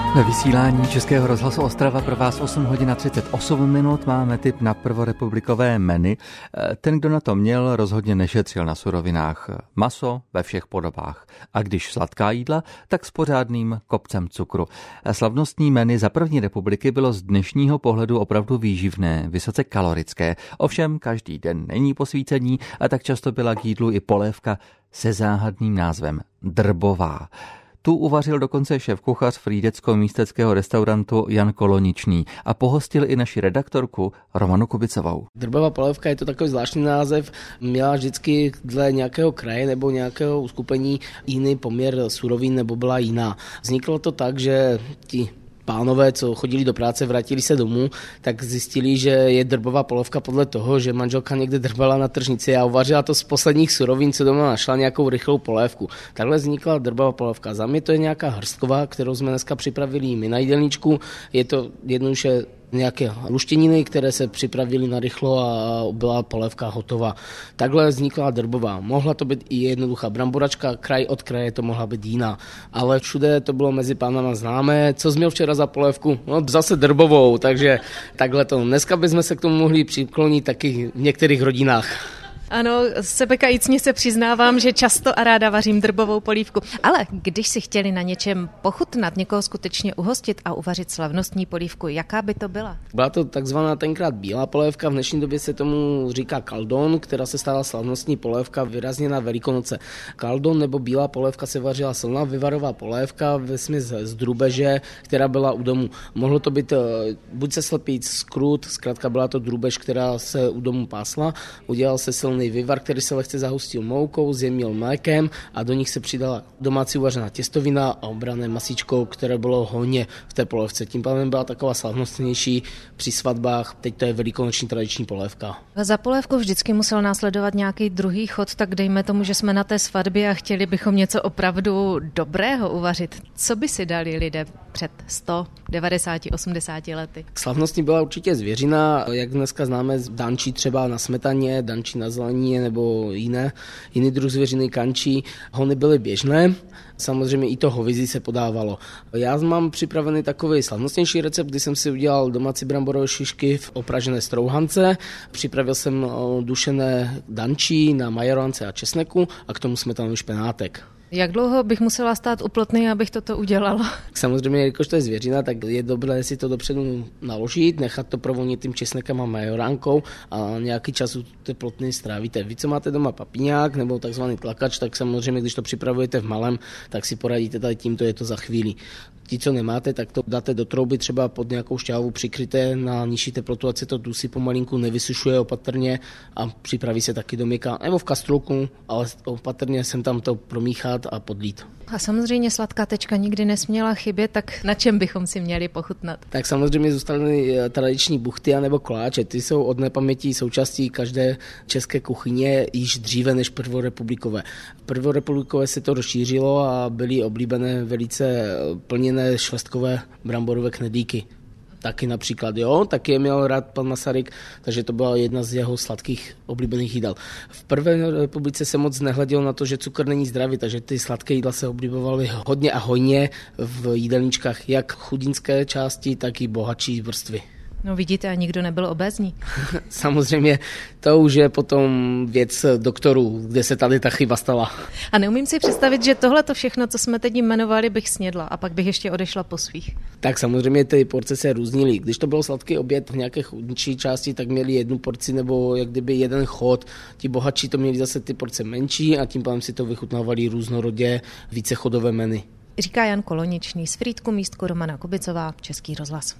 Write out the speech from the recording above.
Ve vysílání Českého rozhlasu Ostrava pro vás 8 hodin a 38 minut máme tip na prvorepublikové menu. Ten, kdo na to měl, rozhodně nešetřil na surovinách. Maso ve všech podobách. A když sladká jídla, tak s pořádným kopcem cukru. Slavnostní menu za první republiky bylo z dnešního pohledu opravdu výživné, vysoce kalorické. Ovšem každý den není posvícení a tak často byla k jídlu i polévka se záhadným názvem drbová. Tu uvařil dokonce šéfkuchař frýdecko-místeckého restaurantu Jan Koloničný a pohostil i naši redaktorku Romanu Kubicovou. Drbová polévka je to takový zvláštní název, měla vždycky dle nějakého kraje nebo nějakého uskupení jiný poměr surovin nebo byla jiná. Vzniklo to tak, že ti pánové, co chodili do práce, vrátili se domů, tak zjistili, že je drbová polévka podle toho, že manželka někde drbala na tržnici a uvařila to z posledních surovin, co doma našla, nějakou rychlou polévku. Takhle vznikla drbová polévka. Za mě to je nějaká hrstková, kterou jsme dneska připravili my na jídelníčku. Je to jednoduše nějaké luštěniny, které se připravily narychlo a byla polévka hotová. Takhle vznikla drbová. Mohla to být i jednoduchá bramboračka, kraj od kraje to mohla být jiná. Ale všude to bylo mezi pánama známé. Co jsi měl včera za polévku? No zase drbovou, takže takhle to. Dneska bychom se k tomu mohli přiklonit taky v některých rodinách. Ano, sebekajícně se přiznávám, že často a ráda vařím drbovou polívku. Ale když si chtěli na něčem pochutnat, někoho skutečně uhostit a uvařit slavnostní polívku, jaká by to byla? Byla to takzvaná tenkrát bílá polévka, v dnešní době se tomu říká kaldon, která se stala slavnostní polévka výrazně na Velikonoce. Kaldon nebo bílá polévka se vařila silná vyvarová polévka vesměs z drůbeže, která byla u domu. Mohlo to být buď se slepit skrut, zkrátka byla to drůbež, která se u domu pásla, udělal se silný vývar, který se lehce zahustil moukou, zjemnil mlékem a do nich se přidala domácí uvařená těstovina a obrané masíčko, které bylo hojně v té polévce. Tím pádem byla taková slavnostnější při svatbách. Teď to je velikonoční tradiční polévka. Za polévkou vždycky musel následovat nějaký druhý chod, tak dejme tomu, že jsme na té svatbě a chtěli bychom něco opravdu dobrého uvařit. Co by si dali lidé před 100, 90, 80 lety? Slavnostní byla určitě zvěřina, jak dneska známe dančí třeba na smetaně, dančí na zelení nebo jiný druh zvěřiny, kančí. Hony byly běžné, samozřejmě i to hovězí se podávalo. Já mám připravený takový slavnostnější recept, kdy jsem si udělal domácí bramborové šišky v opražené strouhance, připravil jsem dušené dančí na majoránce a česneku a k tomu smetanu špenátek. Jak dlouho bych musela stát u plotny, abych toto udělala? Samozřejmě, jakož to je zvěřina, tak je dobré si to dopředu naložit, nechat to provonit tím česnekem a majoránkou a nějaký čas u té plotny strávíte. Vy, co máte doma papiňák nebo takzvaný tlakač, tak samozřejmě, když to připravujete v malém, tak si poradíte tady tímto, je to za chvíli. Ti, co nemáte, tak to dáte do trouby třeba pod nějakou šťávu přikryté na nižší teplotu, ať se to dusí pomalinku, nevysušuje opatrně a připraví se taky do měka, nebo v kastrolku, ale opatrně sem tam to promíchat a podlít. A samozřejmě sladká tečka nikdy nesměla chybět, tak na čem bychom si měli pochutnat? Tak samozřejmě zůstaly tradiční buchty anebo koláče. Ty jsou od nepaměti součástí každé české kuchyně již dříve než prvorepublikové. Prvorepublikové se to rozšířilo a byly oblíbené velice plněné švestkové bramborové knedlíky. Taky například, taky je měl rád pan Masaryk, takže to byla jedna z jeho sladkých oblíbených jídel. V prvé republice se moc nehledělo na to, že cukr není zdravý, takže ty sladké jídla se oblíbovaly hodně a hojně v jídelníčkách, jak chudinské části, tak i bohatší vrstvy. No vidíte, a nikdo nebyl obézní. Samozřejmě, to už je potom věc doktorů, kde se tady ta chyba stala. A neumím si představit, že tohle to všechno, co jsme teď jmenovali, bych snědla a pak bych ještě odešla po svých. Tak samozřejmě ty porce se různily. Když to byl sladký oběd v nějaké chudší části, tak měli jednu porci nebo jak kdyby jeden chod. Ti bohatší to měli zase ty porce menší a tím pádem si to vychutnávali různorodě vícechodové menu. Říká Jan Koloničný z Frýdku místku Romana Kubicová, Český rozhlas.